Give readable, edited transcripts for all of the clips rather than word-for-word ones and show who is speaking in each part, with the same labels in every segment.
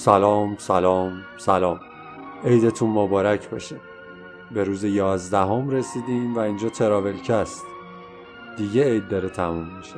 Speaker 1: سلام سلام سلام. عیدتون مبارک باشه. به روز 11 رسیدیم و اینجا تراولکست. دیگه عید داره تموم میشه.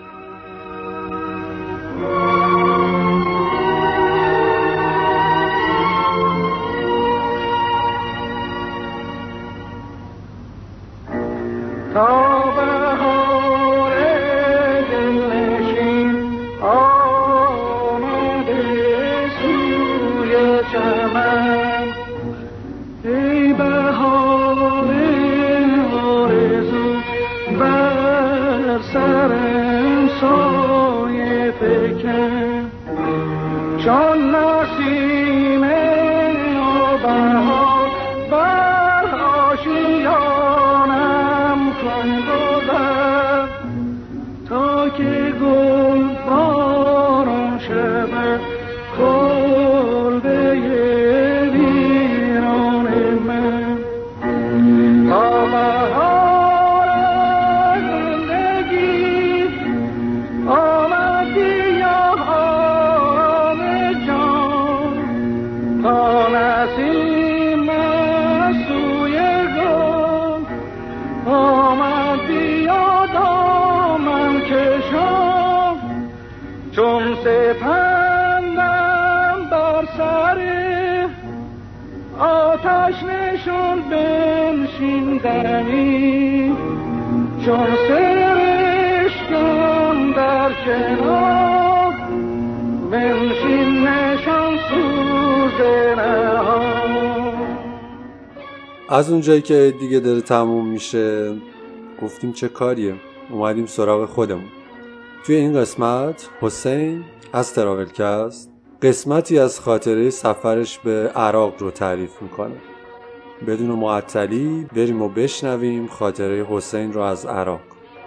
Speaker 1: از اونجایی که دیگه داره تموم میشه گفتیم چه کاریه، اومدیم سراغ خودمون. توی این قسمت حسین از تراولکست قسمتی از خاطره سفرش به عراق رو تعریف میکنه. بدون معطلی بریم و بشنویم خاطره حسین رو از عراق.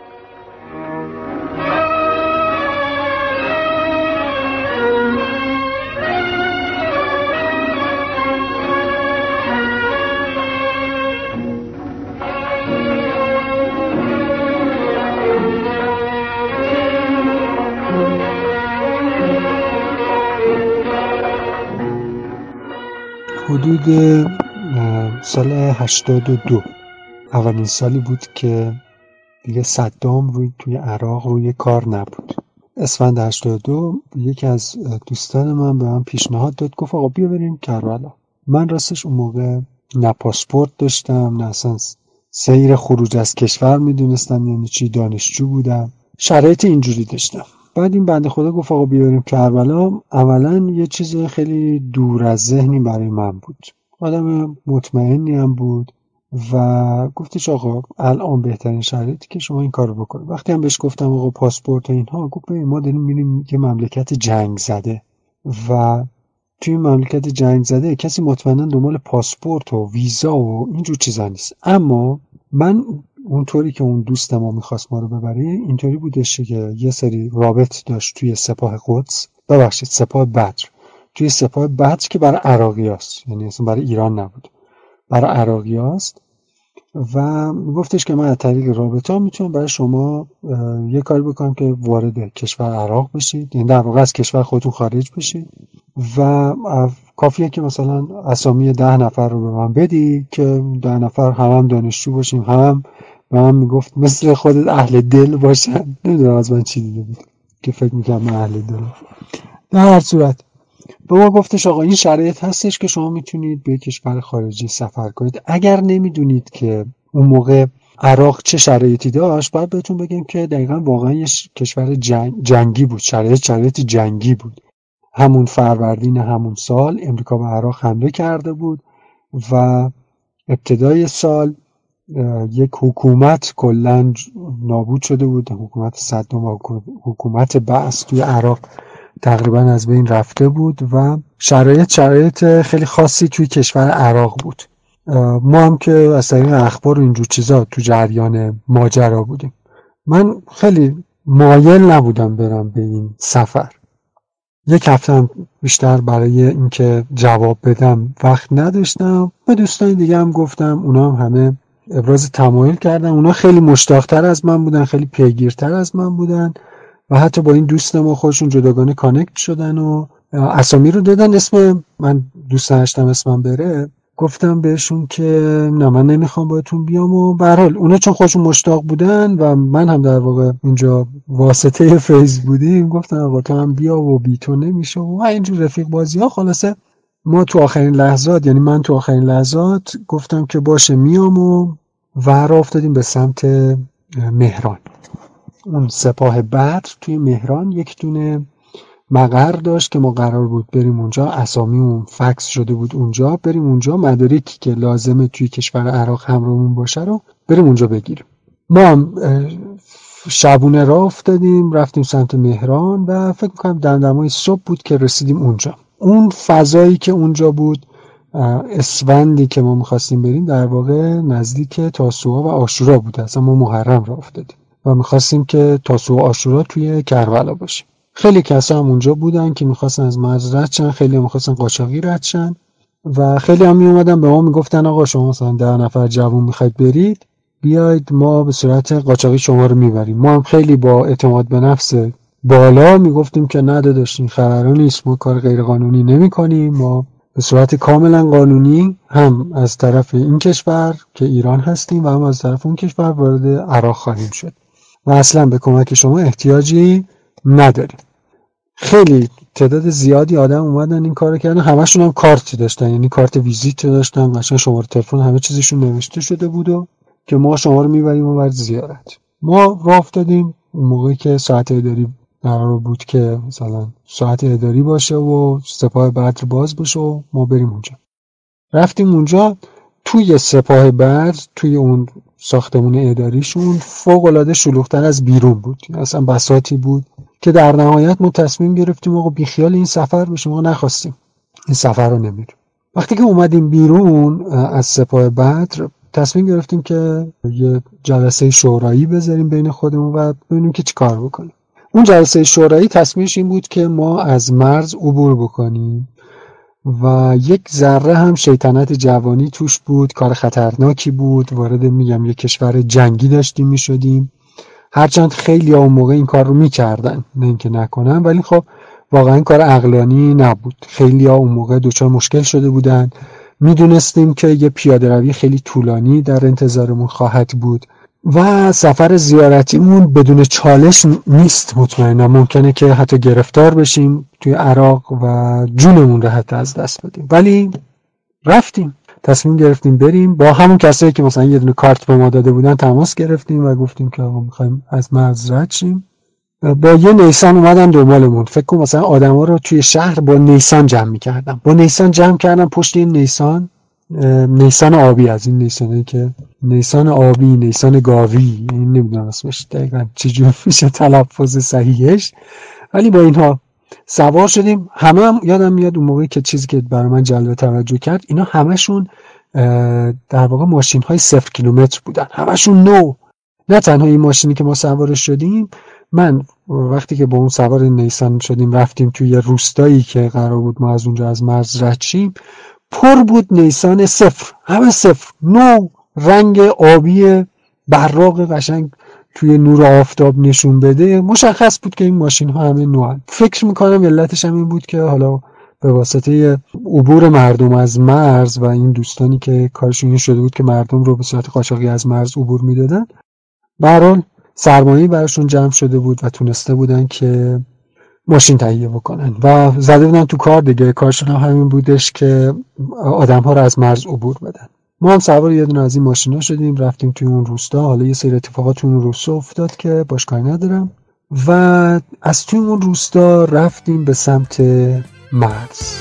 Speaker 2: حدود سال 82 اولین سالی بود که دیگه صدام توی عراق روی کار نبود. اسفند 82 یکی از دوستان من به من پیشنهاد داد، گفت آقا بیا بریم کربلا. من راستش اون موقع نه پاسپورت داشتم نه اصلا سیر خروج از کشور میدونستم یعنی چی، دانشجو بودم، شرایط اینجوری داشتم. بعد این بنده خدا گفت آقا بیا بریم کربلا. اولا یه چیز خیلی دور از ذهنی برای من بود، آدم مطمئنی هم بود و گفتش آقا الان بهترین شرایطی که شما این کارو بکنید. وقتی هم بهش گفتم آقا پاسپورت و اینها، گفت ببین ما داریم میریم یه مملکت جنگ زده و توی مملکت جنگ زده کسی مطمئنا دنبال پاسپورت و ویزا و اینجور چیزا نیست. اما من اونطوری که اون دوست ما میخواست ما رو ببره اینطوری بودش که یه سری رابط داشت توی سپاه قدس، سپاه بدر، توی سپاه بدر که برای عراقی هست، یعنی اصلا برای ایران نبود، برای عراقی هست و گفتش که من از طریق رابطه ها میتونم برای شما یه کاری بکنم که وارد کشور عراق بشید، یعنی در واقع از کشور خودتون خارج بشید و کافیه که مثلا اسامی 10 نفر رو به من بدی که 10 نفر هم دانشجو باشیم، هم به من میگفت مثل خودت اهل دل باشن. نمیدونم از من چی دیده بود که فکر میکنم من اهل دل. در هر صورت به ما گفتش آقا این شرایط هستش که شما میتونید به کشور خارجی سفر کنید. اگر نمیدونید که اون موقع عراق چه شرایطی داشت، باید بهتون بگم که دقیقاً واقعا یه کشور جنگی بود، شرایط جنگی بود. همون فروردین همون سال امریکا به عراق حمله کرده بود و ابتدای سال یک حکومت کلاً نابود شده بود، حکومت صدام و حکومت بعث توی عراق تقریبا از بین رفته بود و شرایط خیلی خاصی توی کشور عراق بود. ما هم که از طریق اخبار و اینجور چیزا تو جریان ماجرا بودیم. من خیلی مایل نبودم برم به این سفر. یک هفته هم بیشتر برای اینکه جواب بدم وقت نداشتم. به دوستان دیگه هم گفتم، اونا هم همه ابراز تمایل کردن. اونا خیلی مشتاق‌تر از من بودن، خیلی پیگیرتر از من بودن و حتی با این دوست ما خودشون جداگانه کانکت شدن و اسامی رو دادن. اسم من دوست داشتم اسمم بره، گفتم بهشون که نه من نمیخوام باهاتون بیام و به هر حال اونا چون خودشون مشتاق بودن و من هم در واقع اینجا واسطه فیض بودیم، گفتن آقا تو هم بیا و بی تو نمیشه و اینجور رفیق بازی ها. خلاصه ما تو آخرین لحظات، یعنی من تو آخرین لحظات گفتم که باشه میام و راه افتادیم به سمت مهران. اون سپاه بدر توی مهران یک دونه مقر داشت که ما قرار بود بریم اونجا، اسامیمون فکس شده بود اونجا، بریم اونجا مدارکی که لازمه توی کشور عراق همراهمون باشه رو بریم اونجا بگیریم. ما هم شبونه راه افتادیم رفتیم سمت مهران و فکر می‌کنم دمدمای صبح بود که رسیدیم اونجا. اون فضایی که اونجا بود، اسفندی که ما می‌خواستیم بریم در واقع نزدیک تاسوعا و عاشورا بود. اصلا ما محرم راه افتادیم و می‌خواستیم که تاسوعا و عاشورا توی کربلا باشه. خیلی کسا هم اونجا بودن که میخواستن از مرز رد شن، خیلی هم میخواستن قاچاقی رد شن و خیلی هم میومدن به ما میگفتن آقا شما مثلا 10 نفر جوون میخواید برید بیاید ما به صورت قاچاقی شما رو میبریم. ما هم خیلی با اعتماد به نفس بالا میگفتیم که نه داداش این خبرا نیست، ما کار غیر قانونی نمی کنیم، ما به صورت کاملا قانونی هم از طرف این کشور که ایران هستیم و هم از طرف اون کشور وارد عراق خواهیم شد و اصلا به کمک شما احتیاجی نداریم. خیلی تعداد زیادی آدم اومدن این کارو کردن، همشون هم کارت داشتن، یعنی کارت ویزیت داشتن، قشنگ شماره تلفن همه چیزشون نوشته شده بود و که ما شما رو میبریم اونور زیارت. ما راه افتادیم اون موقعی که ساعت اداری قرار بود که مثلا ساعت اداری باشه و سپاه بدر باز باشه و ما بریم اونجا. رفتیم اونجا، توی سپاه بدر توی اون ساختمون اداریشون فوق‌العاده شلوغ‌تر از بیرون بود. اصلا بساطی بود که در نهایت ما تصمیم گرفتیم آقا بیخیال این سفر بشیم، ما نخواستیم این سفر رو نمیریم. وقتی که اومدیم بیرون از سپاه بدر تصمیم گرفتیم که یه جلسه شورایی بذاریم بین خودمون و ببینیم که چی کار بکنیم. اون جلسه شورایی تصمیمش این بود که ما از مرز عبور بکنیم و یک ذره هم شیطنت جوانی توش بود، کار خطرناکی بود، وارد میگم یک کشور جنگی داشتیم میشدیم، هرچند خیلی ها اون موقع این کار رو میکردن نه اینکه نکنن، ولی خب واقعا کار عقلانی نبود. خیلی ها اون موقع دچار مشکل شده بودن، میدونستیم که یه پیاده روی خیلی طولانی در انتظارمون خواهد بود و سفر زیارتیمون بدون چالش نیست. مطمئنا ممکنه که حتی گرفتار بشیم توی عراق و جونمون رو حتی از دست بدیم، ولی رفتیم، تصمیم گرفتیم بریم. با همون کسایی که مثلا یه دونه کارت به ما داده بودن تماس گرفتیم و گفتیم که آقا می‌خوایم از مرز رد شیم. با یه نیسان اومدن دنبالمون. فکر کنم مثلا آدما رو توی شهر با نیسان جمع می‌کردن. با نیسان جمع کردن پشت این نیسان آبی، از این نیسانایی که نیسان آبی، نیسان گاوی، این نمیدونم اسمش دقیقاً چجوری میشه تلفظ صحیحش، ولی با اینها سوار شدیم. همه هم یادم میاد اون موقعی که چیزی که برای من جلب توجه کرد، اینا همشون در واقع ماشین‌های 0 کیلومتر بودن، همشون نو. نه تنها این ماشینی که ما سوارش شدیم، من وقتی که با اون سوار نیسان شدیم رفتیم توی یه روستایی که قرار بود ما از اونجا از مرز رد شیم، پر بود نیسان 0، همه 0، نو، رنگ آبی براق قشنگ توی نور آفتاب نشون بده. مشخص بود که این ماشین ها همه نوان. فکر میکنم علتش هم این بود که حالا به واسطه عبور مردم از مرز و این دوستانی که کارشون شده بود که مردم رو به صورت قاچاقی از مرز عبور میدادن، به هر حال سرمایه‌ای براشون جمع شده بود و تونسته بودن که ماشین تهیه بکنن و زده بودن تو کار دیگه. کارشون هم همین بودش که آدم ها رو از مرز عبور بدن. ما هم سوار یه دونه از این ماشینا شدیم، رفتیم توی اون روستا. حالا یه سری اتفاقات توی اون روستا افتاد که باش کاری ندارم و از توی اون روستا رفتیم به سمت مرز.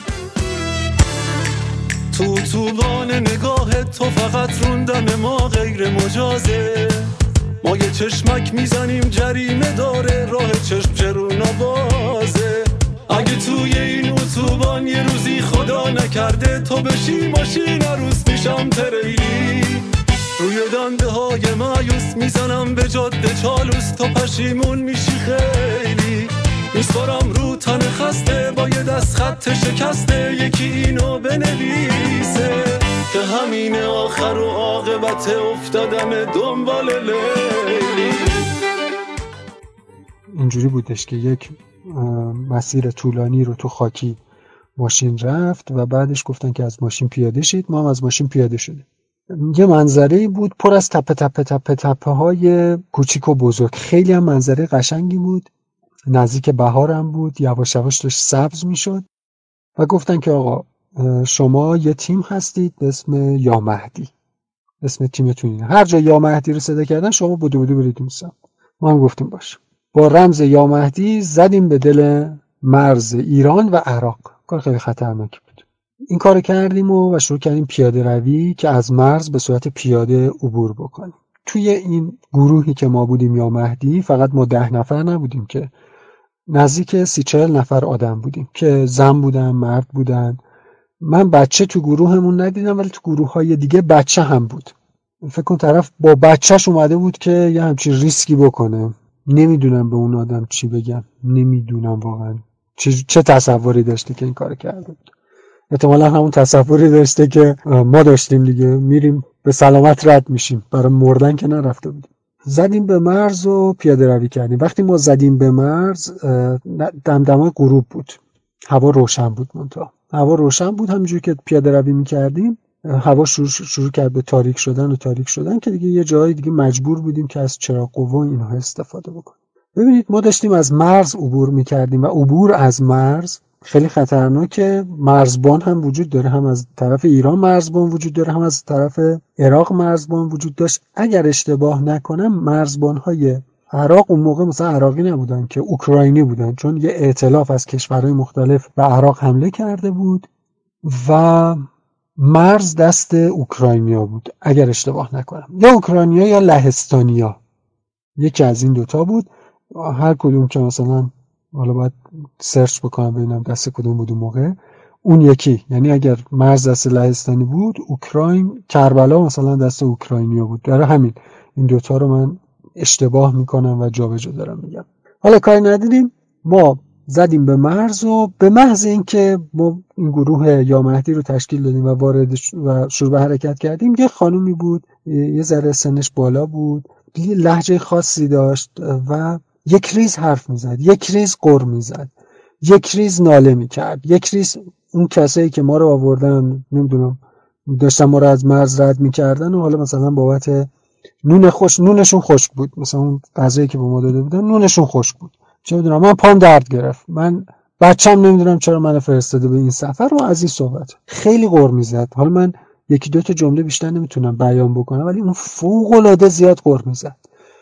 Speaker 3: طوبان نگاه تو فقط روندم ما غیر مجازه، ما یه چشمک میزنیم جریمه داره، راه چشم چرونا بازه. اگه توی این اتوبان یه روزی خدا نکرده تو بشی ماشین عروس میشم تریلی، روی دنده های مایوس میزنم به جاده چالوس، تو پشیمون میشی خیلی، میسپارم رو تن خسته با یه دست خط شکسته، یکی اینو بنویسه که همین آخر و عاقبت افتادم دنبال لیلی.
Speaker 2: اینجوری بودش که یک مسیر طولانی رو تو خاکی ماشین رفت و بعدش گفتن که از ماشین پیاده شید. ما هم از ماشین پیاده شدیم. یه منظره بود پر از تپه های کوچیک و بزرگ. خیلی هم منظره قشنگی بود. نزدیک بهار هم بود. یواش یواش داشت سبز میشد و گفتن که آقا شما یه تیم هستید به اسم یا مهدی. اسم تیمتون اینه. هر جا یا مهدی رو صدا کردن شما بدو برید اون سمت. ما هم گفتیم باشه. با رمز یا مهدی زدیم به دل مرز ایران و عراق. کار خیلی خطرناکی بود. این کار کردیم و شروع کردیم پیاده روی که از مرز به صورت پیاده عبور بکنیم. توی این گروهی که ما بودیم یا مهدی فقط ما 10 نفر نبودیم که نزدیک 30-40 نفر آدم بودیم که زن بودن، مرد بودن. من بچه تو گروهمون ندیدم ولی تو گروه‌های دیگه بچه هم بود. فکر کن طرف با بچهش اومده بود که یه همچین ریسکی بکنه. نمیدونم به اون آدم چی بگم. نمیدونم واقعا چه تصوری داشته که این کار کرده بود. احتمالا همون تصوری داشته که ما داشتیم دیگه، میریم به سلامت رد میشیم، برای مردن که نرفته بودیم. زدیم به مرز و پیاده روی کردیم. وقتی ما زدیم به مرز دمدمای غروب بود. هوا روشن بود منتها. هوا روشن بود. همونجوری که پیاده روی میکردیم هوا شروع کرد به تاریک شدن که دیگه یه جایی دیگه مجبور بودیم که از چراغ قوا اینها استفاده بکنیم. ببینید ما داشتیم از مرز عبور میکردیم و عبور از مرز خیلی خطرناکه. مرزبان هم وجود داره، هم از طرف ایران مرزبان وجود داره، هم از طرف عراق مرزبان وجود داشت. اگر اشتباه نکنم مرزبان‌های عراق اون موقع مثلا عراقی نبودن که اوکراینی بودن، چون یه ائتلاف از کشورهای مختلف به عراق حمله کرده بود و مرز دست اوکراینیا بود اگر اشتباه نکنم، یا اوکراینیا یا لهستانیا، یکی از این دوتا بود. هر کدوم که مثلا حالا باید سرچ بکنم ببینم دست کدوم بود اون موقع. اون یکی یعنی اگر مرز دست لهستانی بود، اوکراین کربلا مثلا دست اوکراینیا بود. برای همین این دوتا رو من اشتباه میکنم و جابجا دارم میگم. حالا کاری نداریم. ما زدیم به مرز و به محض اینکه ما این گروه یا مهدی رو تشکیل دادیم و وارد و شروع به حرکت کردیم، یه خانومی بود، یه ذره سنش بالا بود، لهجه خاصی داشت و یک ریز حرف میزد، یک ریز غر میزد، یک ریز ناله میکرد، یک ریز اون کسایی که ما رو آوردن نمیدونم داشتن ما رو از مرز رد میکردن و حالا مثلا بابت نونشون خشک بود، مثلا اون غذایی که به ما داده بودن نونشون خشک بود، چه میدونم من پام درد گرفت، من بچم نمیدونم چرا منو فرستاده به این سفر و از این صحبت. خیلی غر میزد. حالا من یکی دو تا جمله بیشتر نمیتونم بیان بکنم ولی اون فوق العاده زیاد غر میزد.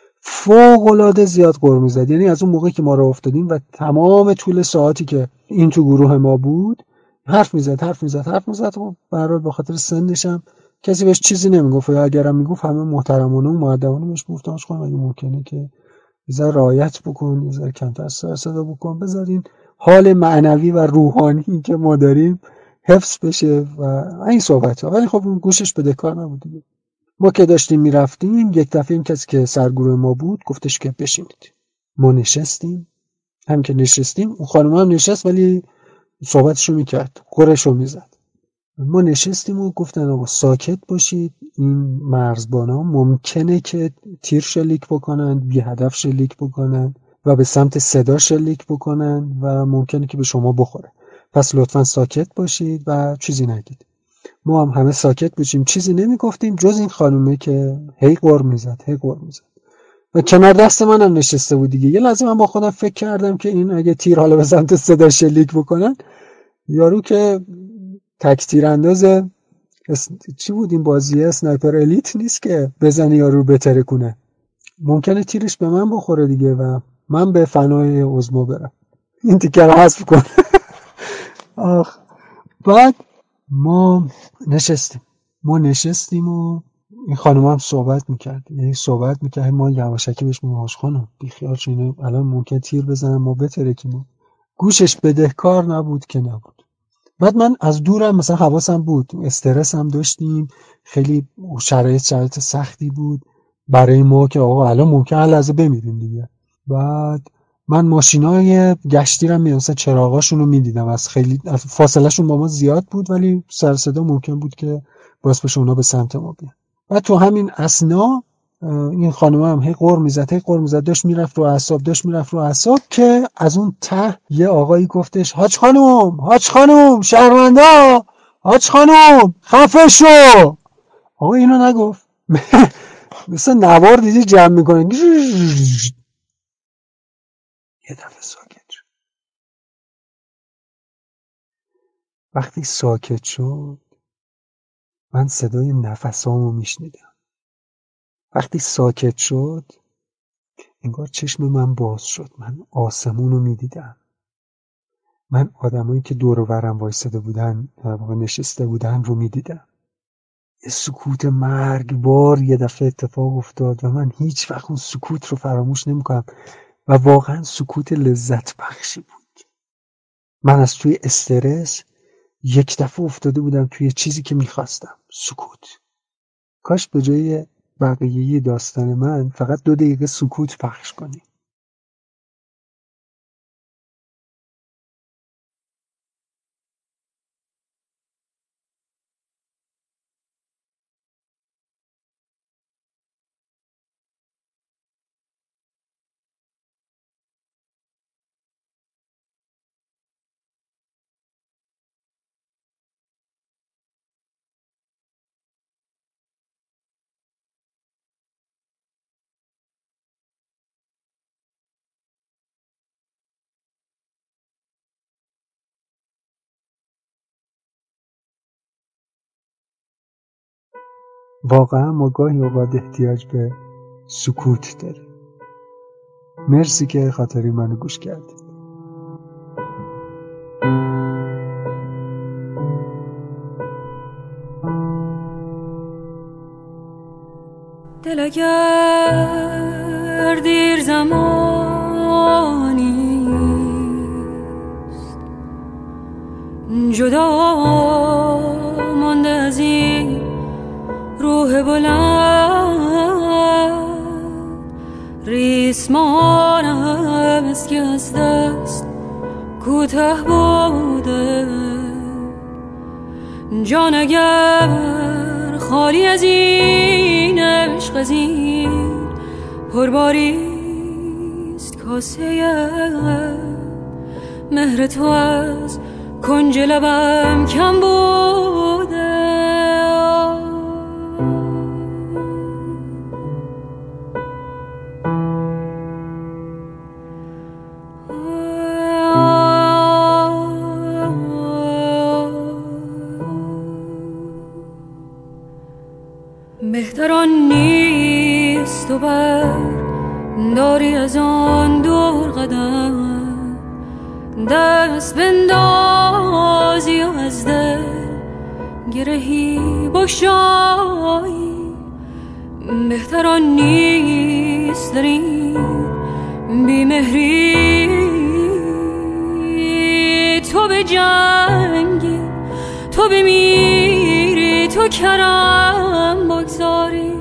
Speaker 2: یعنی از اون موقعی که ما راه افتادیم و تمام طول ساعتی که این تو گروه ما بود حرف میزد و به هر حال به خاطر سنشم کسی بهش چیزی نمیگفت، یا اگرم میگفت همه محترمانه و مؤدبانه بهش گفتن آشقان اگه ممکنه که بذار رعایت بکن، بذار کمتر سر صدا بکن، بذارین حال معنوی و روحانی که ما داریم حفظ بشه و این صحبت ها. ولی خب اون گوشش بدهکار نبود دیگه. ما که داشتیم میرفتیم یک دفعه این کسی که سرگروه ما بود گفتش که بشینید. ما نشستیم. هم که نشستیم اون خانم هم نشست ولی صحبتشو میکرد، غرشو میزد. ما نشستیم و گفتن آقا ساکت باشید، این مرزبانا ممکنه که تیر شلیک بکنن، بی هدف شلیک بکنن و به سمت صدا شلیک بکنن و ممکنه که به شما بخوره، پس لطفا ساکت باشید و چیزی نگید. ما هم همه ساکت باشیم، چیزی نمیگفتیم جز این خانومه که هی غر میزد و کنار دست منم نشسته بود دیگه. یه لحظه من با خودم فکر کردم که این اگه تیر حالا به سمت صدا شلیک بکنن، یارو که تک تیر اندازه چی بود این بازیه، اسنایپر الیت نیست که بزنی یارو بتره کنه، ممکنه تیرش به من بخوره دیگه و من به فنای عظما برم. این تیکه رو حذف کن. آخ. بعد ما نشستیم و این خانم هم صحبت میکرد، ما یواشکی بهش میگم خانم بیخیال شو، اینو الان ممکن تیر بزنن ما بترکیم. گوشش بدهکار نبود که نبود. بعد من از دورم مثلا حواسم بود، استرس هم داشتیم، خیلی شرایط سختی بود برای ما که آقا الان ممکن هر لحظه بمیریم دیگه. بعد من ماشینای گشتی رو مثلا چراغاشون رو میدیدم، از فاصله شون با ما زیاد بود ولی سر صدا ممکن بود که باعث بشه اونا به سمت ما بیان. بعد تو همین اثنا این خانم هم هی غر میزد داشت میرفت رو اعصاب که از اون ته یه آقایی گفتش حاج خانم شهروندا، حاج خانم خفه شو. آقا اینو نگفت. مثل نوار دیدی جمع میکنه. یه دفعه ساکت شد. وقتی ساکت شد من صدای نفسامو میشنیدم. وقتی ساکت شد انگار چشم من باز شد. من آسمون رو میدیدم. من آدمایی که دور و برم وایساده بودن و نشسته بودن رو میدیدم. یه سکوت مرگبار یه دفعه اتفاق افتاد و من هیچ وقت اون سکوت رو فراموش نمی‌کنم و واقعا سکوت لذت بخشی بود. من از توی استرس یک دفعه افتاده بودم توی چیزی که میخواستم، سکوت. کاش به جای بقیه داستان من فقط 2 دقیقه سکوت پخش کنی. واقعا ما گاهی اوقات احتیاج به سکوت داریم. مرسی که خاطری منو گوش کردید.
Speaker 4: دل اگر دیر زمانیست جدا مانده از این روح بلند، ریسمانم است که از دست کوته بوده. جان اگر خالی از این عشق، از این پرباریست کاسه مهر تو از کنج لبم کم بوده. بهتران نیست تو برداری از آن دور قدم، دست بندازی و از دل گرهی بگشایی. بهتران نیست در این بیمهری تو به جنگی، تو بمیری، تو کرم بگذاری.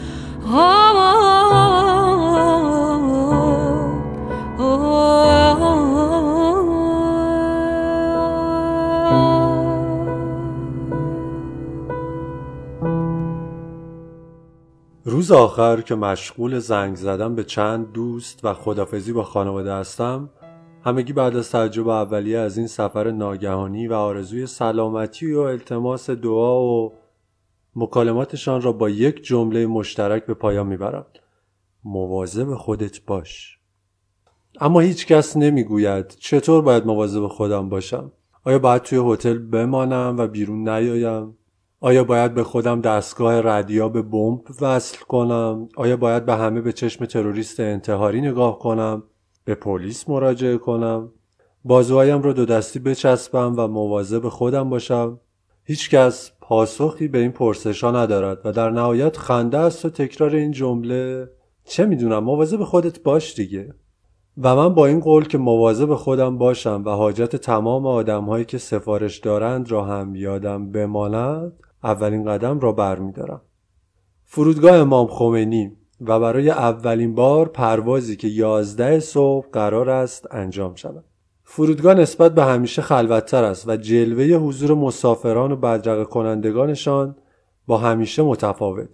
Speaker 1: روز آخر که مشغول زنگ زدن به چند دوست و خداحافظی با خانواده هستم، همگی بعد از تعجب اولیه از این سفر ناگهانی و آرزوی سلامتی و التماس دعا و مکالماتشان را با یک جمله مشترک به پایان میبرند: مواظب خودت باش. اما هیچ کس نمیگوید چطور باید مواظب خودم باشم. آیا باید توی هتل بمانم و بیرون نیایم؟ آیا باید به خودم دستگاه ردیاب بمب وصل کنم؟ آیا باید به همه به چشم تروریست انتحاری نگاه کنم؟ به پلیس مراجعه کنم؟ بازوهایم رو 2 دستی بچسبم و مواظب خودم باشم؟ هیچ کس پاسخی به این پرسش‌ها ندارد و در نهایت خنده است و تکرار این جمله: چه میدونم، مواظب خودت باش دیگه. و من با این قول که مواظب خودم باشم و حاجت تمام آدم‌هایی که سفارش دارند را هم یادم بماند، اولین قدم را برمی‌دارم. فرودگاه امام خمینی و برای اولین بار پروازی که 11 صبح قرار است انجام شود. فرودگاه نسبت به همیشه خلوت‌تر است و جلوه حضور مسافران و بدرقه کنندگانشان با همیشه متفاوت.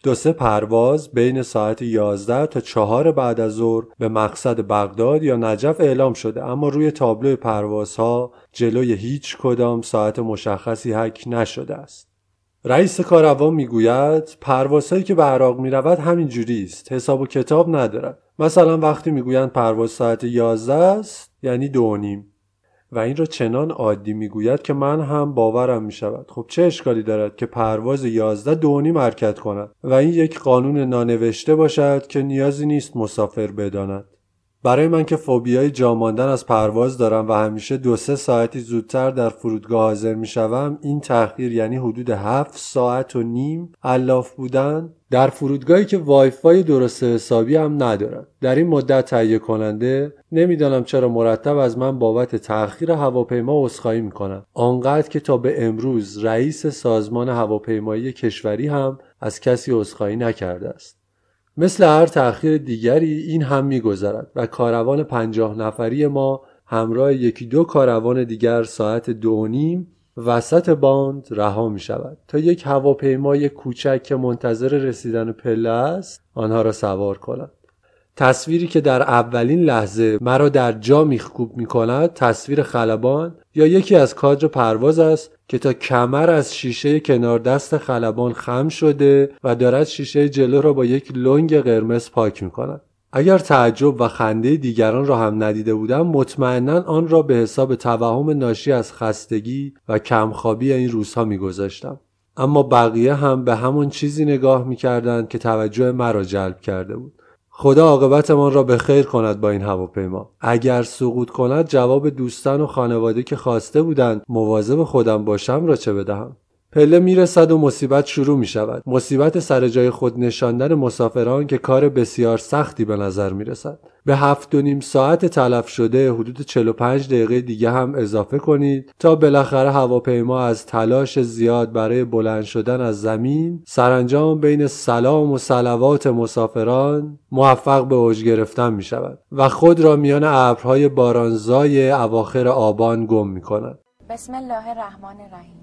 Speaker 1: 2-3 پرواز بین ساعت 11 تا 4 بعد از ظهر به مقصد بغداد یا نجف اعلام شده، اما روی تابلو پروازها جلوی هیچ کدام ساعت مشخصی حک نشده است. رئیس کاروان میگوید پروازهایی که به عراق میرود همین جوری است، حساب و کتاب ندارد. مثلا وقتی میگویند پرواز ساعت 11 است یعنی 2:30 و این را چنان عادی میگوید که من هم باورم میشود. خب چه اشکالی دارد که پرواز 11 2:30 حرکت کند و این یک قانون نانوشته باشد که نیازی نیست مسافر بداند. برای من که فوبیای جا ماندن از پرواز دارم و همیشه 2-3 ساعتی زودتر در فرودگاه حاضر میشوم، این تأخیر یعنی حدود 7 ساعت و نیم الاف بودن در فرودگاهی که وایفای درست حسابی هم ندارد. در این مدت تهیه کننده نمیدانم چرا مرتب از من بابت تأخیر هواپیما عذرخواهی میکنند، آنقدر که تا به امروز رئیس سازمان هواپیمایی کشوری هم از کسی عذرخواهی نکرده است. مثل هر تأخیر دیگری این هم می‌گذرد و کاروان 50 نفری ما همراه 1-2 کاروان دیگر ساعت 2:30 وسط باند رها می‌شود تا یک هواپیمای کوچک که منتظر رسیدن پله است آنها را سوار کند. تصویری که در اولین لحظه مرا در جا میخکوب می‌کند تصویر خلبان یا یکی از کادر پرواز است که تا کمر از شیشه کنار دست خلبان خم شده و دارد شیشه جلو را با یک لنگ قرمز پاک می‌کند. اگر تعجب و خنده دیگران را هم ندیده بودم مطمئناً آن را به حساب توهم ناشی از خستگی و کمخوابی این روزها می‌گذاشتم. اما بقیه هم به همون چیزی نگاه می‌کردند که توجه مرا جلب کرده بود. خدا عاقبتمان را به خیر کند با این هواپیما. اگر سقوط کند جواب دوستان و خانواده که خواسته بودند مواظب خودم باشم را چه بدهم؟ پله میرسد و مصیبت شروع می شود. مصیبت سر جای خود نشاندن مسافران که کار بسیار سختی به نظر می رسد. به 7.5 ساعت تلف شده حدود 45 دقیقه دیگه هم اضافه کنید تا بالاخره هواپیما از تلاش زیاد برای بلند شدن از زمین سرانجام بین سلام و صلوات مسافران موفق به اوج گرفتن می شود و خود را میان ابرهای بارانزای اواخر آبان گم می کند.
Speaker 5: بسم الله الرحمن الرحیم.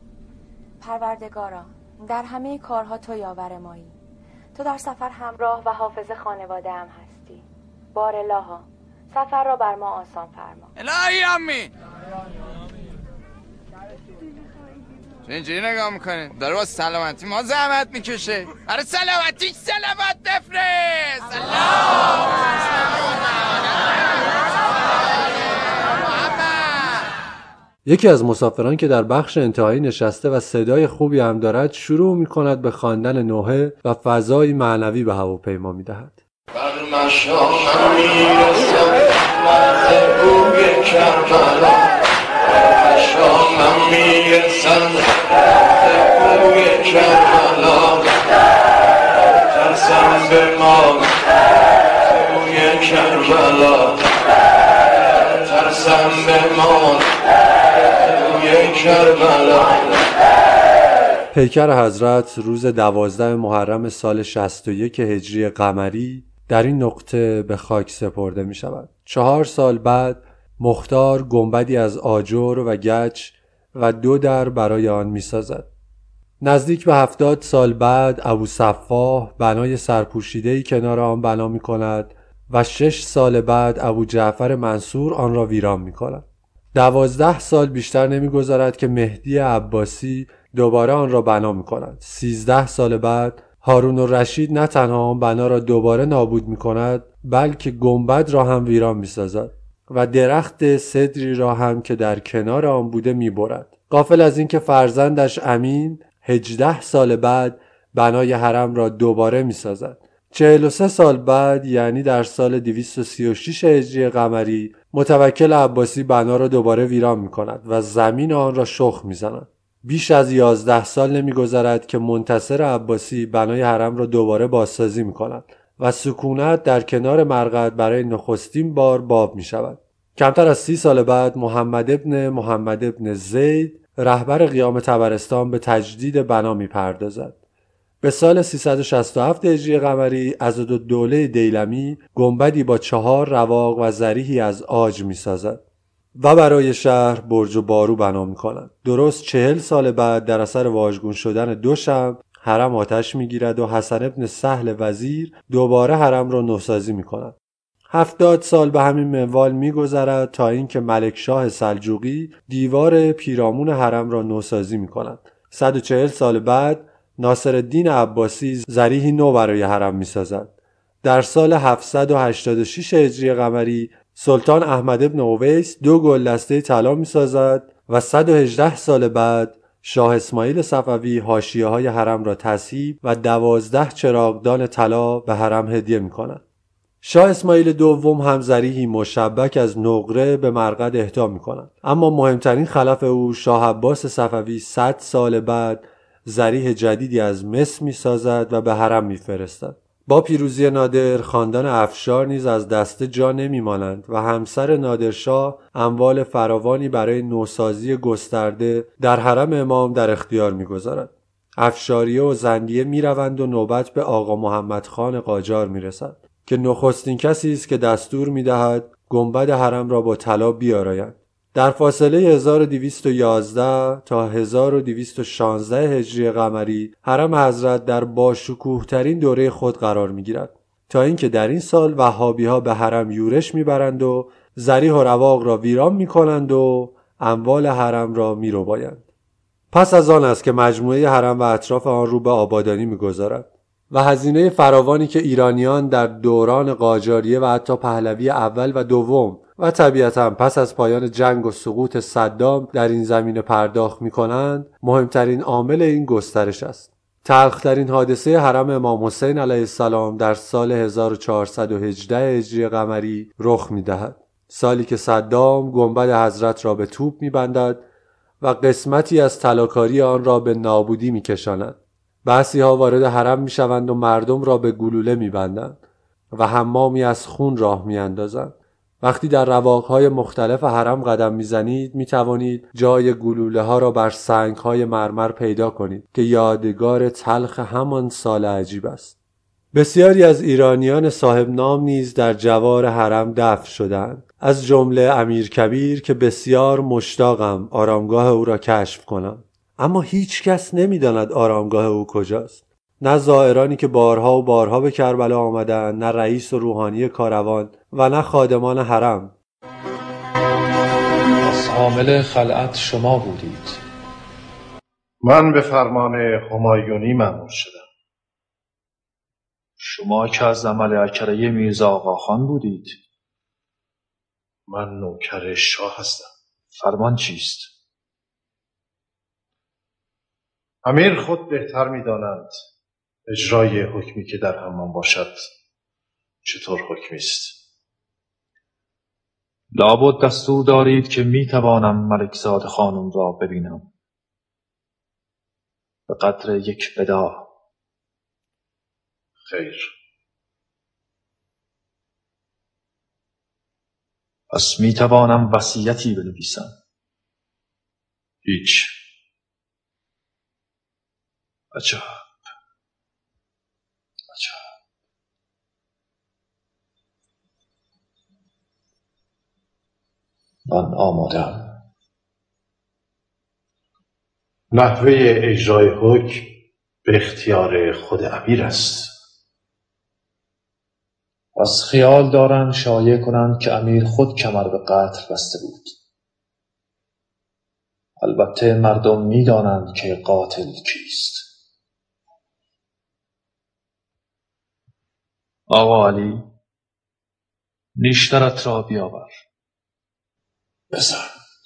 Speaker 5: پروردگارا، در همه کارها تو یاور مایی. تو در سفر همراه و حافظ خانواده هم هستی. بار الها سفر را بر ما آسان فرما.
Speaker 6: الهی امی اینجوری نگاه میکنه داره با سلامتی ما زحمت میکشه. برای سلامتیش صلوات بفرست.
Speaker 1: یکی از مسافران که در بخش انتهایی نشسته و صدای خوبی هم دارد شروع می‌کند به خواندن نوحه و فضایی معنوی به هواپیما می‌دهد.
Speaker 7: بر مشام میرسم مرد بوی کربلا، بر مشام میرسم مرد بوی کربلا، ترسم به ما بوی کربلا، ترسم به ما
Speaker 1: پیکر حضرت روز 12 محرم سال 61 هجری قمری در این نقطه به خاک سپرده می شود. 4 سال بعد مختار گنبدی از آجر و گچ و 2 در برای آن می سازد. نزدیک به 70 سال بعد ابو صفاح بنای سرپوشیده‌ای کنار آن بنا می کند و 6 سال بعد ابو جعفر منصور آن را ویران می کند. 12 سال بیشتر نمی‌گذرد که مهدی عباسی دوباره آن را بنا می‌کند. 13 سال بعد هارون الرشید نه تنها آن بنا را دوباره نابود می‌کند بلکه گنبد را هم ویران می‌سازد و درخت سدری را هم که در کنار آن بوده می‌برد. غافل از اینکه فرزندش امین 18 سال بعد بنای حرم را دوباره می‌سازد. 43 سال بعد یعنی در سال 236 هجری قمری متوکل عباسی بنا را دوباره ویران می کند و زمین آن را شخم می زند. بیش از 11 سال نمی گذرد که منتصر عباسی بنای حرم را دوباره بازسازی می کند و سکونت در کنار مرقد برای نخستین بار باب می شود. کمتر از 30 سال بعد محمد ابن زید رهبر قیام طبرستان به تجدید بنا می پردازد. به سال 367 هجری قمری عضدالدوله دیلمی گنبدی با 4 رواق و ضریحی از عاج می سازد و برای شهر برج و بارو بنا می کند. درست 40 سال بعد در اثر واژگون شدن 2 شمع حرم آتش میگیرد و حسن ابن سهل وزیر دوباره حرم را نوسازی میکند. 70 سال به همین منوال میگذرد تا اینکه ملکشاه سلجوقی دیوار پیرامون حرم را نوسازی میکند. 140 سال بعد ناصرالدین عباسی ضریحی نو برای حرم میسازد. در سال 786 هجری قمری سلطان احمد ابن اویس 2 گلدسته طلا میسازد و 118 سال بعد شاه اسماعیل صفوی حاشیه‌های حرم را تصحیح و 12 چراغدان طلا به حرم هدیه می‌کند. شاه اسماعیل دوم هم ضریحی مشبک از نقره به مرقد اهدا می‌کند. اما مهمترین خلف او شاه عباس صفوی 100 سال بعد ضریح جدیدی از مس می‌سازد و به حرم می‌فرستد. با پیروزی نادر خاندان افشار نیز از دست جا نمی‌مانند و همسر نادرشاه اموال فراوانی برای نوسازی گسترده در حرم امام در اختیار می‌گذارد. افشاریه و زندیه می‌روند و نوبت به آقا محمد خان قاجار می‌رسد که نخستین کسی است که دستور می‌دهد گنبد حرم را با طلا بیارایند. در فاصله 1211 تا 1216 هجری قمری حرم حضرت در باشکوه‌ترین دوره خود قرار می‌گیرد تا اینکه در این سال وهابی‌ها به حرم یورش می‌برند و ضریح و رواق را ویران می‌کنند و اموال حرم را می‌ربایند. پس از آن است که مجموعه حرم و اطراف آن رو به آبادانی می‌گذارد و هزینه فراوانی که ایرانیان در دوران قاجاریه و حتی پهلوی اول و دوم و طبیعتاً پس از پایان جنگ و سقوط صدام در این زمینه پرداخت می‌کنند مهمترین عامل این گسترش است. تلخ‌ترین حادثه حرم امام حسین علیه السلام در سال 1418 هجری قمری رخ می‌دهد. سالی که صدام گنبد حضرت را به توپ می‌بندد و قسمتی از طلاکاری آن را به نابودی می‌کشاند. بعضی‌ها وارد حرم می‌شوند و مردم را به گلوله می‌بندند و حمامی از خون راه می‌اندازند. وقتی در رواق‌های مختلف حرم قدم می‌زنید می‌توانید جای گلوله‌ها را بر سنگ‌های مرمر پیدا کنید که یادگار تلخ همان سال عجیب است. بسیاری از ایرانیان صاحب نام نیز در جوار حرم دفن شدند، از جمله امیرکبیر که بسیار مشتاقم آرامگاه او را کشف کنم، اما هیچ کس نمی‌داند آرامگاه او کجاست. نه زائرانی که بارها و بارها به کربلا آمدند، نه رئیس و روحانی کاروان و نه خادمان حرم.
Speaker 8: پس حامل خلعت شما بودید؟
Speaker 9: من به فرمان همایونی مأمور شدم.
Speaker 8: شما که از عمل اکره میرزا آقاخان بودید؟
Speaker 9: من نوکر شاه هستم.
Speaker 8: فرمان چیست؟
Speaker 9: امیر خود بهتر می‌دانند اجرای حکمی که در حمام باشد چطور حکمی است.
Speaker 8: لابد دستور دارید که میتوانم ملکزاد خانم را ببینم به قدر یک وداع.
Speaker 9: خیر.
Speaker 8: پس میتوانم وصیتی بنویسم؟
Speaker 9: هیچ.
Speaker 8: عجب. من آمادم.
Speaker 9: نحوه اجرای حکم به اختیار خود امیر است.
Speaker 8: پس خیال دارند شایع کنند که امیر خود کمر به قتل بسته بود. البته مردم می‌دانند که قاتل کیست. آقا علی، نیشترت را بیاور.
Speaker 9: بزن.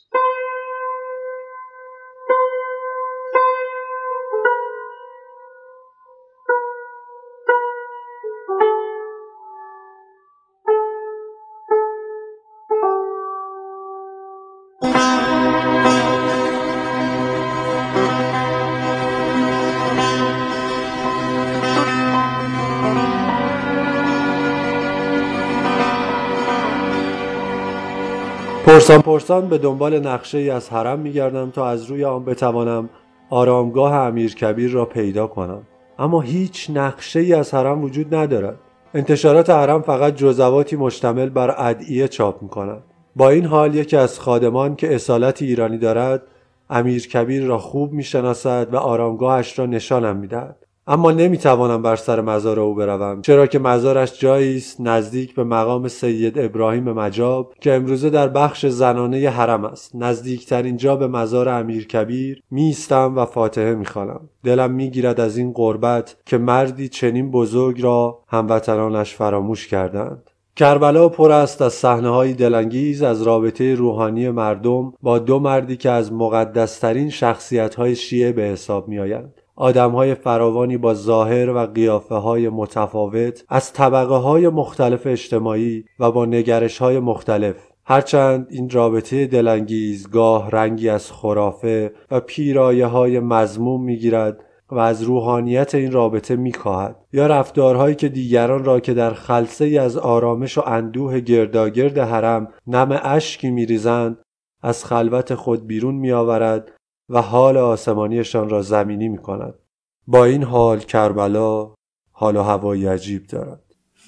Speaker 1: پرسان به دنبال نقشه‌ای از حرم می‌گردم تا از روی آن بتوانم آرامگاه امیرکبیر را پیدا کنم، اما هیچ نقشه‌ای از حرم وجود ندارد. انتشارات حرم فقط جزواتی مشتمل بر ادعیه چاپ می‌کنند. با این حال یکی از خادمان که اصالت ایرانی دارد امیرکبیر را خوب می‌شناسد و آرامگاهش را نشانم می‌دهد. اما نمیتوانم بر سر مزار او بروم، چرا که مزارش جایی است نزدیک به مقام سید ابراهیم مجاب که امروزه در بخش زنانه حرم است. نزدیکترین جا به مزار امیرکبیر میستم و فاتحه میخوانم. دلم میگیرد از این غربت که مردی چنین بزرگ را هموطنانش فراموش کردند. کربلا پر است از صحنه‌های دلانگیز از رابطه روحانی مردم با دو مردی که از مقدس‌ترین شخصیت‌های شیعه به حساب می‌آیند. آدم‌های فراوانی با ظاهر و قیافه‌های متفاوت از طبقه‌های مختلف اجتماعی و با نگرش‌های مختلف. هرچند این رابطه دلانگیز گاه رنگی از خرافه و پیرایه‌های مذموم می‌گیرد و از روحانیت این رابطه می‌کاهد، یا رفتارهایی که دیگران را که در خلسه‌ای از آرامش و اندوه گرداگرد حرم نم اشکی می‌ریزند از خلوت خود بیرون می‌آورد و حال آسمانیشان را زمینی می‌کند. با این حال کربلا حال و هوایی عجیب دارد.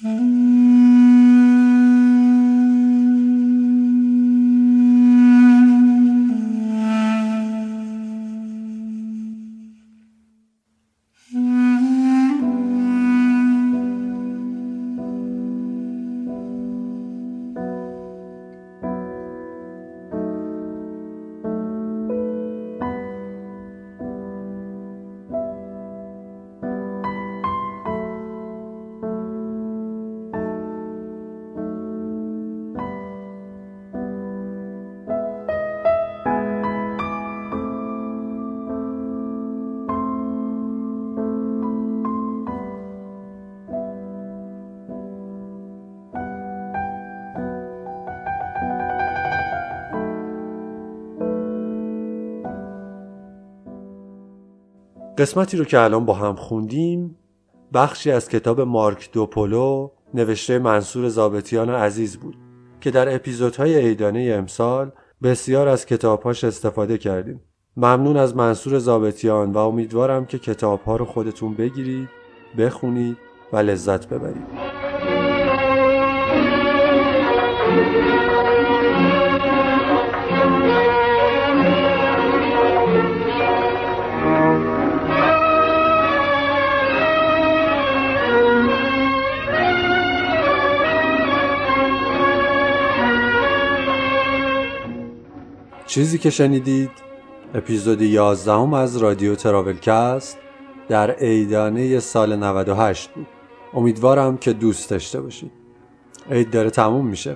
Speaker 1: قسمتی رو که الان با هم خوندیم بخشی از کتاب مارک دوپولو نوشته منصور ضابطیان عزیز بود که در اپیزودهای عیدانه امسال بسیار از کتابهاش استفاده کردیم. ممنون از منصور ضابطیان و امیدوارم که کتابها رو خودتون بگیرید، بخونید و لذت ببرید. چیزی که شنیدید اپیزود 11 از رادیو تراولکست در عیدانه سال 98 بود. امیدوارم که دوست داشته باشید. عید داره تموم میشه.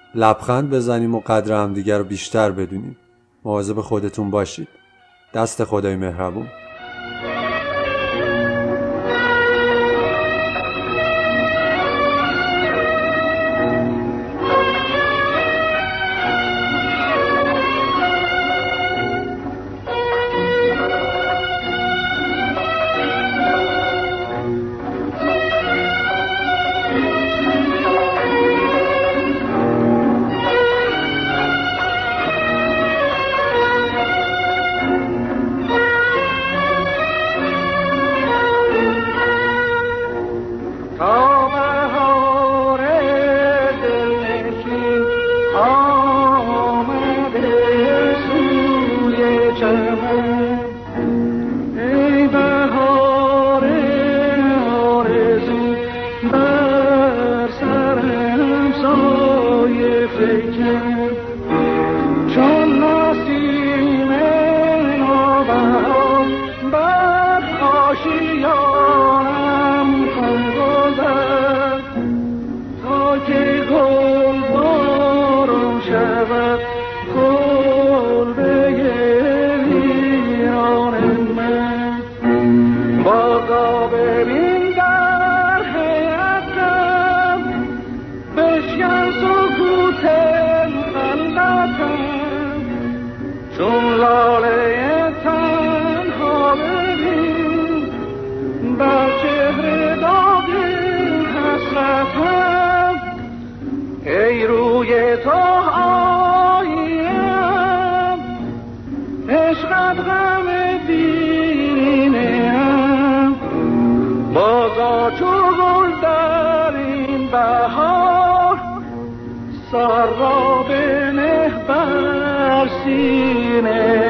Speaker 1: لبخند بزنیم و قدر همدیگر رو بیشتر بدونیم. مواظب خودتون باشید. دست خدای مهربون.
Speaker 7: سر را به نه بر سینه